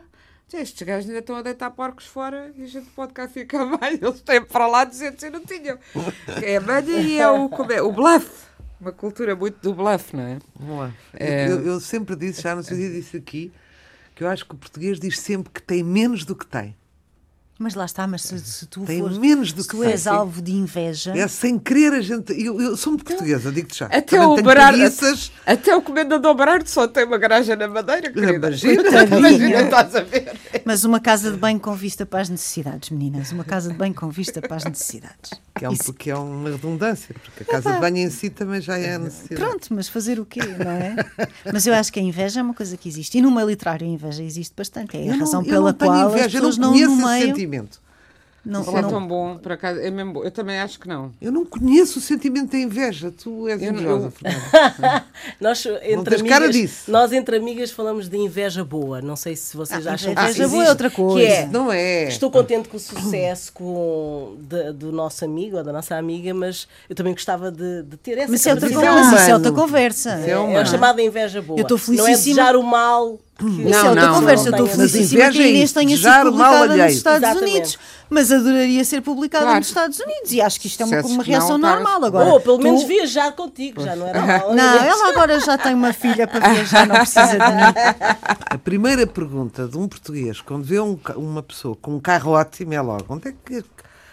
Estes gajos ainda estão a deitar porcos fora e a gente pode cá ficar bem. Eles têm para lá duzentos e não tinham. É a manha e é o, como é, o bluff. Uma cultura muito do bluff, não é? Vamos lá. É. Eu, eu sempre disse, já não sei se disse aqui, que eu acho que o português diz sempre que tem menos do que tem. Mas lá está, mas se, se tu Tem fores, menos do se que tu tem, és sim. alvo de inveja, É sem querer a gente. Eu, eu sou muito portuguesa, digo-te já. Até Também o, tenho Berardo, preguiças. até o comendador Berardo só tem uma garagem na Madeira, querida. Imagina. Imagina, estás a ver? mas uma casa de banho com vista para as necessidades, meninas. Uma casa de banho com vista para as necessidades. Que é, um, Isso- que é uma redundância, porque a casa de banho em si também já é a necessidade. Pronto, mas fazer o quê, não é? Mas eu acho que a inveja é uma coisa que existe. E no meio literário a inveja existe bastante. É a Eu não- razão eu pela não tenho qual inveja, as eu não pessoas não conheço esse nomeiam. sentimento. Não, Isso é não- tão bom, por acaso. É mesmo bom. Eu também acho que não. Eu não conheço o sentimento da inveja. Tu és Eu não- invejosa, eu- Fernanda. Nós entre, tens cara amigas, disso. nós entre amigas falamos de inveja boa. Não sei se vocês Ah, acham inveja que isso boa é existe, outra coisa. Que é, Não é. estou contente com o sucesso com, de- do nosso amigo ou da nossa amiga, mas eu também gostava de, de ter essa Mas isso é outra, capacidade. conversa, humano. isso é outra conversa. Isso é É humano. a chamada inveja boa. Eu estou Não é felicíssima. desejar o mal. Que Isso é outra não, conversa. não Eu estou tenha- felicíssima Mas que a inveja é Inês isso, tenha sido desejar o mal publicada nos alheio. Estados Exatamente. Unidos, mas adoraria ser publicada Claro. nos Estados Unidos. E acho que isto é uma, Sucessos uma que reação não, tá- normal agora. Ou pelo menos tu- viajar contigo, já não era mal. Não, ela agora já tem uma filha para viajar, não precisa de mim. A primeira pergunta de um português, quando vê um ca- uma pessoa com um carro ótimo, é logo: onde é que.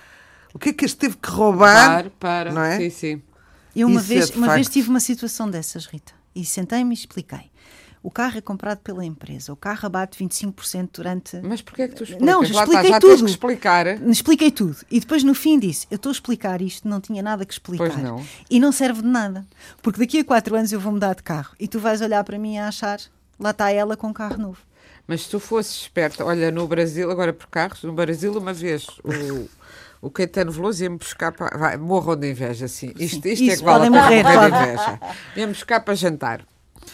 O que é que este teve que roubar? Para, para. Não é? Sim, sim. Eu uma, Isso é vez, de uma vez facto. tive uma situação dessas, Rita, e sentei-me e expliquei. O carro é comprado pela empresa, o carro abate vinte e cinco por cento durante... Mas porquê é que tu explicas? Não, Lá já está, expliquei já tens tudo. que explicar. Expliquei tudo. E depois no fim disse, eu estou a explicar isto, não tinha nada que explicar. Pois não. E não serve de nada. Porque daqui a quatro anos eu vou mudar de carro. E tu vais olhar para mim e achar, lá está ela com um carro novo. Mas se tu fosses esperta, olha, no Brasil, agora por carros, no Brasil uma vez o, o Caetano Veloso ia-me buscar para... Vai, morram de inveja, assim. Isto, isto é Isso, que vale a podem pena morrer, morrer de podem. inveja. Ia-me buscar para jantar.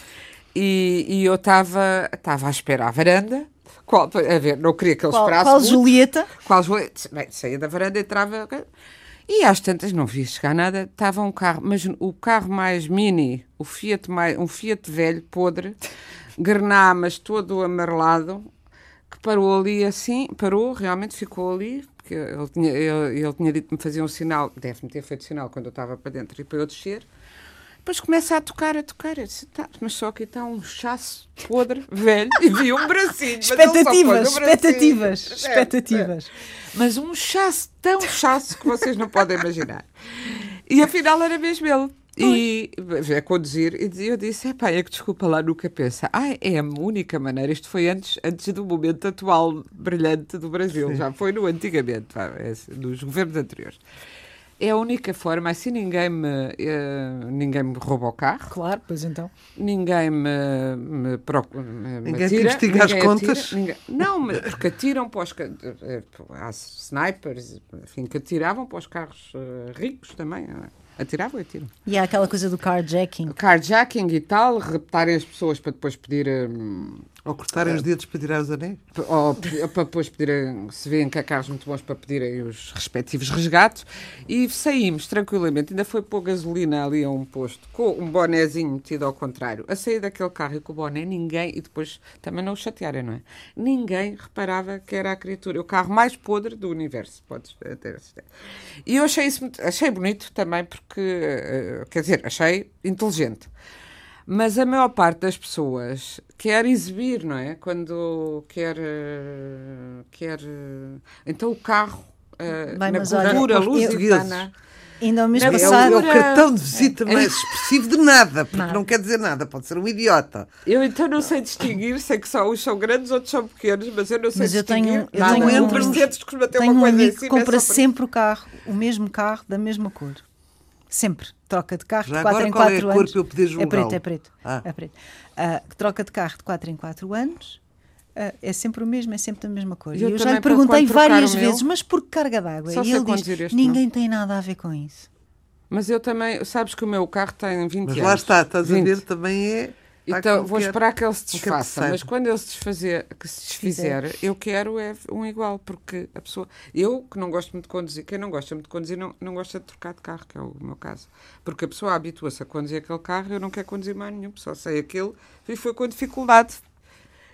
E, e eu estava estava à espera à varanda. Qual, a ver, não queria que ele Qual, esperasse qual muito. Julieta? Qual Julieta? Bem, saía da varanda, entrava... E às tantas não via chegar nada, estava um carro, mas o carro mais mini, o Fiat mais, um Fiat velho, podre, grená, mas todo amarelado, que parou ali assim, parou, realmente ficou ali, porque ele tinha, ele, ele tinha dito que me fazia um sinal, deve-me ter feito sinal quando eu estava para dentro e para eu descer. Depois começa a tocar, a tocar, eu disse, tá, mas só que está um chasso podre, velho, e vi um bracinho. mas ele só pôs Expectativas, um bracinho. expectativas, É, expectativas. mas um chasso, tão chasso que vocês não podem imaginar. E afinal era mesmo ele. E a conduzir, e eu disse: epá, é que desculpa lá, nunca pensa. Ah, é a única maneira. Isto foi antes, antes do momento atual brilhante do Brasil, já foi no antigamente, vá, nos governos anteriores. É a única forma, assim ninguém me, uh, ninguém me rouba o carro. Claro, pois então. Ninguém me, me, procura, me Ninguém atira, te investiga as ninguém contas. atira, ninguém- não, mas porque atiram para os... ca- eh, há snipers, enfim, que atiravam para os carros eh, ricos também. eh, Atiravam e atiram. E há aquela coisa do carjacking. Carjacking e tal, raptarem as pessoas para depois pedir... hum, Ou cortarem os dedos para tirar os anéis? P- ou pe- para depois pedirem, se vêem que há carros muito bons para pedirem os respectivos resgates, e saímos tranquilamente, ainda foi pôr gasolina ali a um posto, com um bonézinho metido ao contrário, a sair daquele carro e com o boné, ninguém, e depois também não o chatearem, não é? Ninguém reparava que era a criatura, o carro mais podre do universo, podes ter certeza. E eu achei isso, muito- achei bonito também, porque, eh, quer dizer, achei inteligente. Mas a maior parte das pessoas quer exibir, não é? Quando quer... eh, quer eh, então o carro, eh, Bem, na mas olha, cultura, eu- luz eu- e está na... Ainda ao mês Não, É o, passado. é o cartão de visita mais expressivo de nada, porque Nada. não quer dizer nada, pode ser um idiota. Eu então não sei distinguir, sei que só uns são grandes, outros são pequenos, mas eu não sei Mas eu distinguir tenho- eu nada. tenho Um um- Mercedes costuma ter Tenho uma um coisa em amigo que cima, é compra só para- sempre o carro, o mesmo carro, da mesma cor. Sempre. Troca de carro Já de quatro agora em qual é a quatro cor anos. para eu poder É julgá-lo? preto, é preto. Ah. É preto. Ah, que troca de carro de quatro em quatro anos. ah, é sempre o mesmo, é sempre da mesma cor. E E eu eu já também, lhe para perguntei quando trocar várias o meu, vezes, mas por que carga d'água? só E sei ele diz, conduzir este, ninguém tem nada a ver com isso. Mas eu também, sabes que o meu carro tem vinte Mas anos. lá está, estás a vinte. ver, também é. está Então, como vou quer. esperar que ele se Não quer que desfaça, saiba. mas quando ele se desfazer, que se desfizer, eu quero é um igual, porque a pessoa, eu que não gosto muito de conduzir, quem não gosta muito de conduzir não, não gosta de trocar de carro, que é o meu caso, porque a pessoa habitua-se a conduzir aquele carro, eu não quero conduzir mais nenhum, só sei aquele, e foi com dificuldade.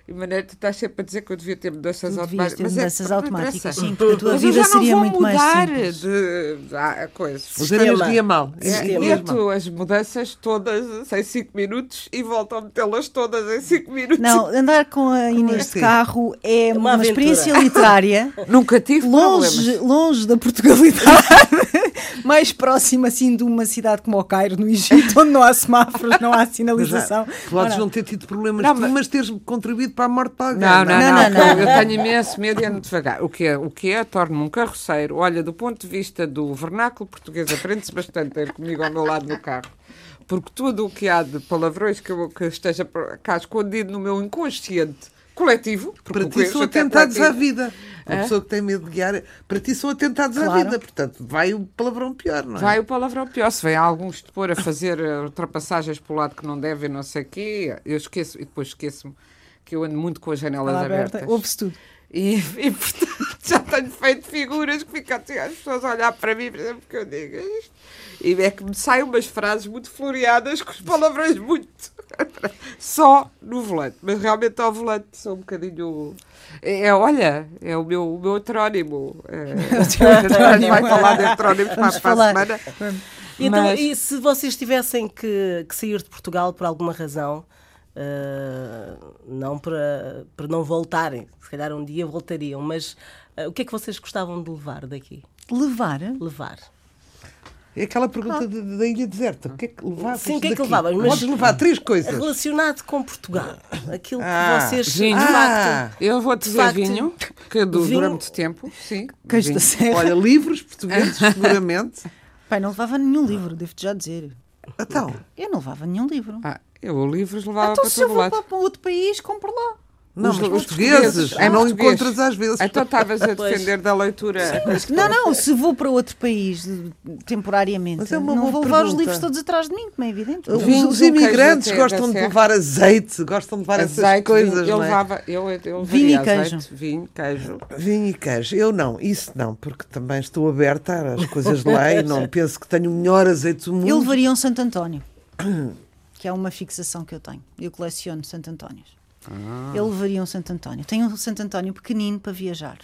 E maneira, tu estás sempre a dizer que eu devia ter mudanças Tu devias automáticas. ter Mas mudanças é, automáticas, sim, porque a tua mas vida eu já seria não vou muito mais mudar simples. de, de, de coisa. Os anos dia mal. É, Sistema. meto as mudanças todas em cinco minutos e volto a metê-las todas em cinco minutos. Não, andar com a Inês assim? de carro é Uma uma, aventura. experiência literária Nunca tive longe, problemas. longe da Portugalidade, mais próxima assim de uma cidade como o Cairo, no Egito, onde não há semáforos, não há Mas já, sinalização. podes Ora, não ter tido problemas Não, tu, mas- mas teres contribuído para a morte de alguém. Não, não, Não, não, não, não, eu não. tenho imenso medo e ando devagar. O que é? O que é? Torno-me um carroceiro. Olha, do ponto de vista do vernáculo português, aprende-se bastante ter comigo ao meu lado no carro. Porque tudo o que há de palavrões que, eu, que esteja cá escondido no meu inconsciente coletivo, porque Para o ti conheço são até atentados à coletivo. vida. Uma pessoa que tem medo de guiar, para ti são atentados à Claro. vida. Portanto, vai o palavrão pior, não é? Vai o palavrão pior. Se vem alguns te pôr a fazer eh, ultrapassagens pelo lado que não devem, não sei o quê, eu esqueço, e depois esqueço-me que eu ando muito com as janelas ela aberta, abertas. ouve-se tudo. E, e, portanto, já tenho feito figuras que ficam assim, as pessoas a olhar para mim, por exemplo, que eu digo isto. E é que me saem umas frases muito floreadas com os palavrões muito. Só no volante. Mas realmente ao volante sou um bocadinho. É, é, olha, é o meu, o meu heterónimo. É, vai falar de heterónimos para, Vamos para a falar. semana. Então, Mas- e se vocês tivessem que, que sair de Portugal por alguma razão, ah, não para, para não voltarem, se calhar um dia voltariam, mas ah, o que é que vocês gostavam de levar daqui? Levar? Levar? É aquela pergunta de- da ilha deserta. O que é que levavas Sim, o que é que daqui? levavas? Mas- Podes levar três coisas. Relacionado com Portugal. Aquilo que Ah, vocês, vinho. de Ah, facto... Eu vou De dizer facto, vinho, que du- vinho- dura muito tempo. Sim. Queijo vinho. da Serra. olha, livros portugueses, seguramente. Pai, não levava nenhum livro, devo-te já dizer. Então, Eu não levava nenhum livro. Ah, eu livros levava então, para se eu todo vou lado. para outro país, compro lá. não, Os- mas os portugueses, portugueses. Ah, não português. encontras às vezes. Então estavas a Pois. defender da leitura. Não, não, se vou para outro país de- temporariamente, Mas é uma não boa vou levar os pergunta. livros todos atrás de mim, como é evidente. Os, Vinho os do queijo imigrantes da gostam de Serra. levar azeite, gostam de levar essas Azeite, coisas, vinho. Eu não é? levava, eu, eu Vinho e levaria queijo. azeite, vinho, queijo. Vinho e queijo. Eu não, isso não, porque também estou aberta às coisas de lá e não penso que tenho o melhor azeite do mundo. Eu levaria um Santo António, que é uma fixação que eu tenho. Eu coleciono Santo Antónios. Ah. Eu levaria um Santo António. Tenho um Santo António pequenino para viajar.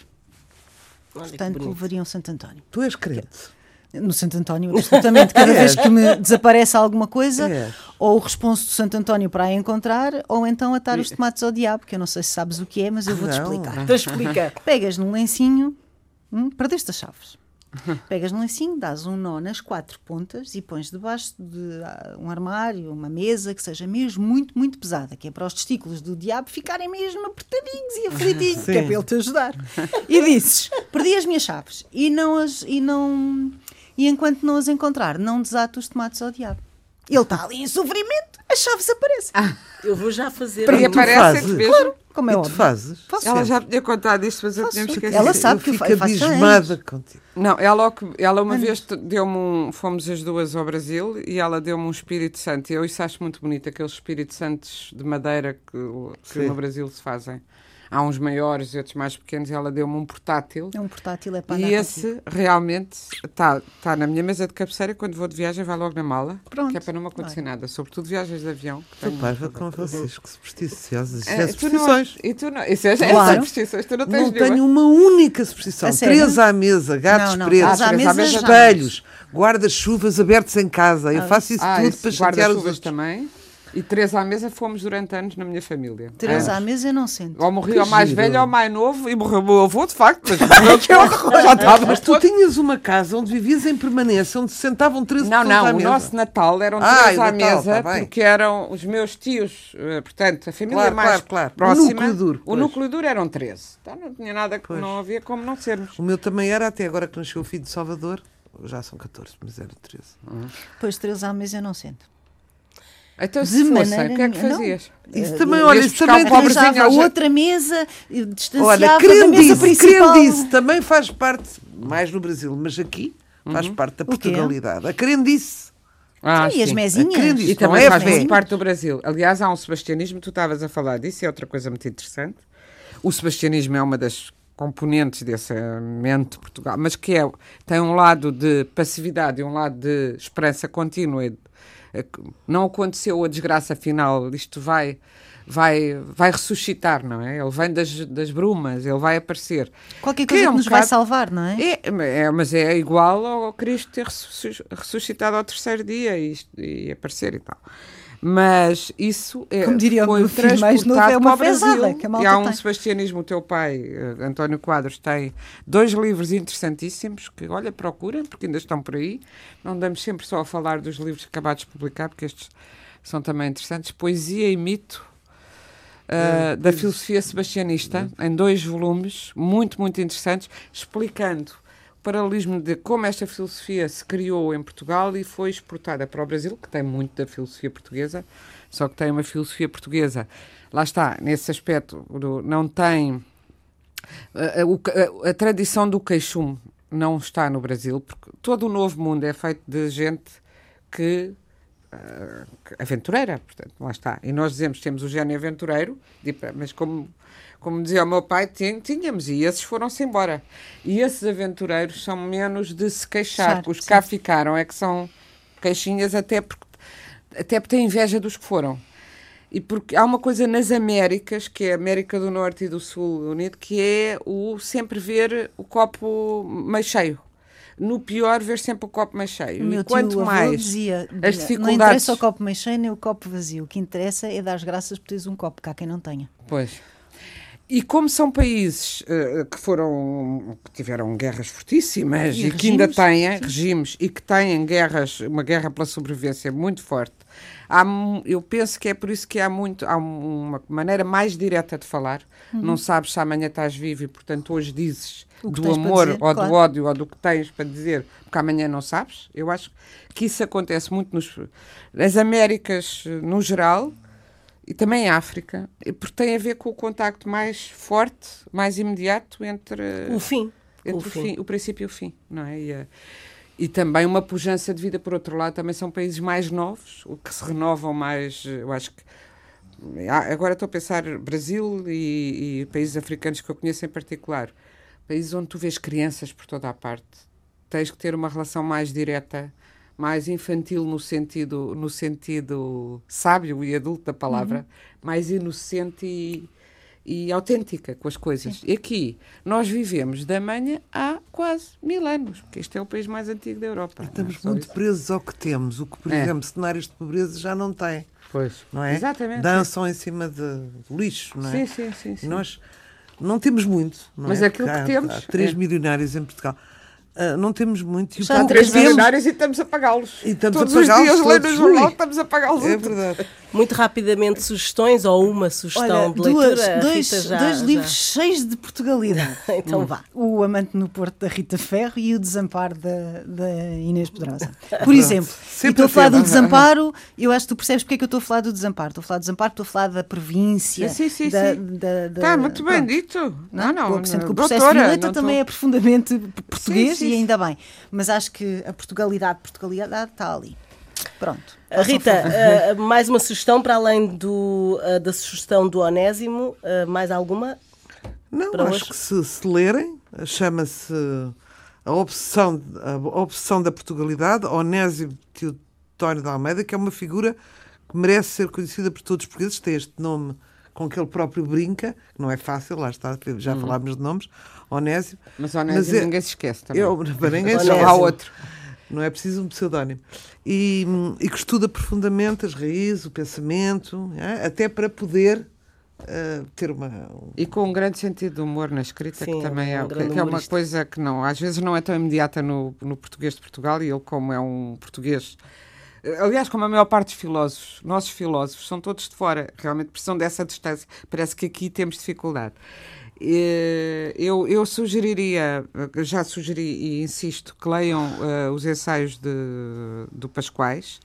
Olha que Portanto, bonito. levaria um Santo António. Tu és crente. No Santo António, absolutamente. Cada vez que me desaparece alguma coisa, És. ou o responso do Santo António para a encontrar, ou então atar os tomates ao diabo, que eu não sei se sabes o que é, mas eu vou-te Não. explicar. Então explica. Pegas num lencinho, hum, perdeste as chaves. Pegas num lencinho, dás um nó nas quatro pontas e pões debaixo de ah, um armário, uma mesa que seja mesmo muito, muito pesada, que é para os testículos do diabo ficarem mesmo apertadinhos e aflitinhos, que é Sim. para ele te ajudar. E dizes, perdi as minhas chaves e não as e não e enquanto não as encontrar, não desato os tomates ao diabo. Ele está ali em sofrimento, as chaves aparecem. Eu vou já fazer. E tu aparece fazes? mesmo. Como é e tu óbvio. fazes? Faço Ela sempre. já me tinha contado isto, mas eu Faço tinha-me tudo. esquecido. Ela sabe eu que eu fico fa- faço abismada contigo. Não, ela, ao que- ela uma vez te- deu-me um. Fomos as duas ao Brasil e ela deu-me um Espírito Santo. E eu isso acho muito bonito, aqueles Espíritos Santos de madeira que, que Sim. no Brasil se fazem. Há uns maiores e outros mais pequenos. E ela deu-me um portátil. É um portátil, é para andar E contigo. esse realmente está tá na minha mesa de cabeceira. Quando vou de viagem, vai logo na mala. Pronto. Que é para não me acontecer nada. Sobretudo viagens de avião. que Estou tenho- parva com vocês, que supersticiosos. Isso É, é tu não- superstições. E tu não. Isso é, é Claro. superstições. Tu não tens Não nenhuma. tenho uma única superstição. A sério? Três à mesa, gatos Não, não, pretos, três à três à mesa mesa, jamais. espelhos, guarda-chuvas abertos em casa. Eu faço isso Ah, tudo isso, para chatear os guarda-chuvas outros. também. E três à mesa fomos durante anos na minha família. Três Anos. à mesa eu não sento. Ou morri Que ao mais giro. velho ou ao mais novo e morreu o meu avô, de facto. Mas morreu que horror, já estava. Mas tu tinhas uma casa onde vivias em permanência, onde se sentavam treze Não, pessoas não, à o mesa. nosso Natal eram Ah, três o à Natal, mesa, tá bem. porque eram os meus tios, eh, portanto, a família Claro, mais claro, claro. O próxima. núcleo duro, O pois. núcleo duro eram treze. Então não tinha nada que não havia como não sermos. O meu também era, até agora que nasceu o filho de Salvador. Já são catorze, mas era treze. Depois três à mesa eu não sento. Então, De se fossem, maneira o que é que nenhuma, não. fazias? Isso Eh, também, eu olha, ias isso buscar também o pobrezinho Arranjava ao je- outra mesa, e distanciava Olha, da mesa crendice, principal. crendice também faz parte, mais no Brasil, mas aqui faz parte da O quê? Portugalidade. A crendice. Ah, Sim, e as sim. mesinhas. Acredito. E Isto também não é faz fé. muito parte do Brasil. Aliás, há um sebastianismo, tu estavas a falar disso, é outra coisa muito interessante. O sebastianismo é uma das componentes dessa mente de Portugal, mas que é, tem um lado de passividade e um lado de esperança contínua e de, não aconteceu a desgraça final, isto vai, vai, vai ressuscitar, não é? Ele vem das, das brumas, ele vai aparecer. Qualquer coisa que, é um que nos bocado, vai salvar, não é? É, é? Mas é igual ao Cristo ter ressuscitado ao terceiro dia e, e aparecer e tal. Mas isso é, como diria foi o meu filho mais novo, é uma fezada que a malta e há um tem. sebastianismo. O teu pai, António Quadros, tem dois livros interessantíssimos que, olha, procurem, porque ainda estão por aí. Não damos sempre só a falar dos livros acabados de publicar, porque estes são também interessantes. Poesia e Mito, uh, da filosofia sebastianista, em dois volumes, muito, muito interessantes, explicando o paralelismo de como esta filosofia se criou em Portugal e foi exportada para o Brasil, que tem muito da filosofia portuguesa, só que tem uma filosofia portuguesa, lá está, nesse aspecto, não tem a, a, a, a tradição do queixume não está no Brasil, porque todo o novo mundo é feito de gente que uh, aventureira, portanto, lá está. E nós dizemos que temos o gênio aventureiro, mas como Como dizia o meu pai, tínhamos, e esses foram-se embora. E esses aventureiros são menos de se queixar, porque os que cá ficaram é que são queixinhas até porque, até porque têm inveja dos que foram. E porque há uma coisa nas Américas, que é a América do Norte e do Sul unido, que é o sempre ver o copo meio cheio. No pior, ver sempre o copo meio cheio. O meu e quanto tio mais dizia, as dificuldades... Não interessa o copo meio cheio nem o copo vazio. O que interessa é dar as graças por teres um copo, cá quem não tenha. Pois... E como são países uh, que foram, que tiveram guerras fortíssimas e, e que ainda têm sim. regimes e que têm guerras, uma guerra pela sobrevivência muito forte, há, eu penso que é por isso que há muito, há uma maneira mais direta de falar. Uhum. Não sabes se amanhã estás vivo e, portanto, hoje dizes do amor dizer, ou claro. do ódio ou do que tens para dizer, porque amanhã não sabes. Eu acho que isso acontece muito nos, nas Américas, no geral, e também em África, porque tem a ver com o contacto mais forte, mais imediato entre o fim, entre o, o, fim. Fim, o princípio e o fim, não é? E, e também uma pujança de vida, por outro lado, também são países mais novos, o que se renovam mais, eu acho que agora estou a pensar Brasil e, e países africanos que eu conheço em particular, países onde tu vês crianças por toda a parte, tens que ter uma relação mais direta, mais infantil no sentido, no sentido sábio e adulto da palavra, uhum. mais inocente e, e autêntica com as coisas. Sim. E aqui, nós vivemos da manhã há quase mil anos, porque este é o país mais antigo da Europa. E estamos é muito isso. presos ao que temos, o que, por é. exemplo, cenários de pobreza já não tem. Pois. Não é? Exatamente. Dançam em cima de lixo, não é? Sim, sim, sim. sim. Nós não temos muito, não Mas é? aquilo que há, temos... Há três é. milionários em Portugal. Uh, não temos muito. Já há três milionários e estamos a pagá-los. E estamos todos a pagá-los os dias lendo no jornal estamos a pagá-los. É verdade. Muito rapidamente, sugestões ou uma sugestão Olha, de leitura? Duas, dois já, dois já... livros cheios de Portugalidade. Então hum. vá. O Amante no Porto, da Rita Ferro, e o Desamparo, da, da Inês Pedrosa. Por exemplo, e estou a falar do Desamparo, eu acho que tu percebes porque é que eu estou a falar do Desamparo. Estou a falar do Desamparo, estou a falar da província. Sim, sim, da, sim. Da, da, Está muito bem pronto. dito. Não, não. não, não que o doutora, processo Violeta também tô... é profundamente português sim, sim, e ainda bem. Mas acho que a Portugalidade, Portugalidade está ali. Pronto. Rita, uh, mais uma sugestão para além do, uh, da sugestão do Onésimo, uh, mais alguma? Não, para acho hoje? que se, se lerem, chama-se a obsessão, a obsessão da Portugalidade, Onésimo Teotónio de Almeida, que é uma figura que merece ser conhecida por todos os portugueses, tem este nome com que ele próprio brinca, que não é fácil, lá está, já hum. falámos de nomes, Onésimo. Mas Onésimo mas é, ninguém se esquece também. Eu, ninguém se há outro. Não é preciso um pseudónimo. E, e que estuda profundamente as raízes, o pensamento, é? Até para poder uh, ter uma... Um... E com um grande sentido de humor na escrita, Sim, que também é, um que, que é uma coisa que não, às vezes não é tão imediata no, no português de Portugal, e ele, como é um português... Aliás, como a maior parte dos filósofos, nossos filósofos, são todos de fora, realmente precisam dessa distância. Parece que aqui temos dificuldade. Eu, eu sugeriria, já sugeri e insisto, que leiam uh, os ensaios de, do Pascoais.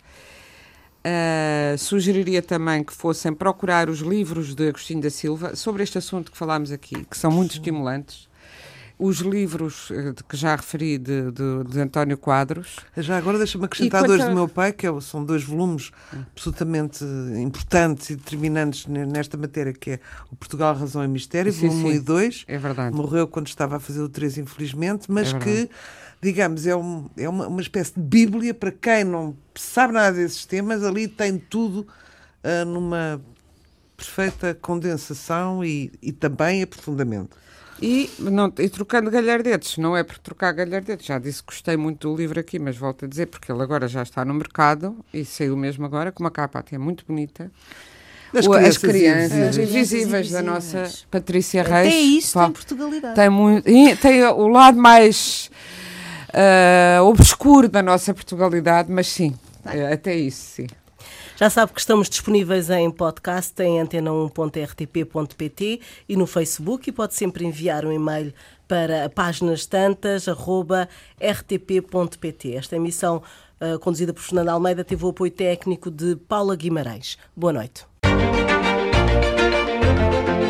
Uh, sugeriria também que fossem procurar os livros de Agostinho da Silva sobre este assunto que falámos aqui, que são muito estimulantes. os livros de que já referi de, de, de António Quadros. Já agora deixa-me acrescentar E dois quanto a- do meu pai, que é- são dois volumes absolutamente importantes e determinantes ne- nesta matéria, que é o Portugal, Razão e Mistério, Sim, volume um sim. e dois. É verdade. Morreu quando estava a fazer o três, infelizmente, mas É que, verdade. digamos, é, um, é uma, uma espécie de bíblia para quem não sabe nada desses temas. Ali tem tudo ah, numa perfeita condensação e, e também aprofundamento. E, não, e trocando galhardetes, não é por trocar galhardetes, já disse que gostei muito do livro aqui, mas volto a dizer, porque ele agora já está no mercado e saiu mesmo agora, com uma capa até muito bonita. Das O- As crianças crianças invisíveis. invisíveis da Invisíveis. nossa Patrícia Reis. Até isso Pá, tem Portugalidade. tem, muito, e tem o lado mais ah, obscuro da nossa Portugalidade, mas sim, é, até isso, sim. Já sabe que estamos disponíveis em podcast em antena um ponto r t p ponto p t e no Facebook, e pode sempre enviar um e-mail para páginas tantas arroba r t p ponto p t. Esta emissão, uh, conduzida por Fernando Almeida, teve o apoio técnico de Paula Guimarães. Boa noite.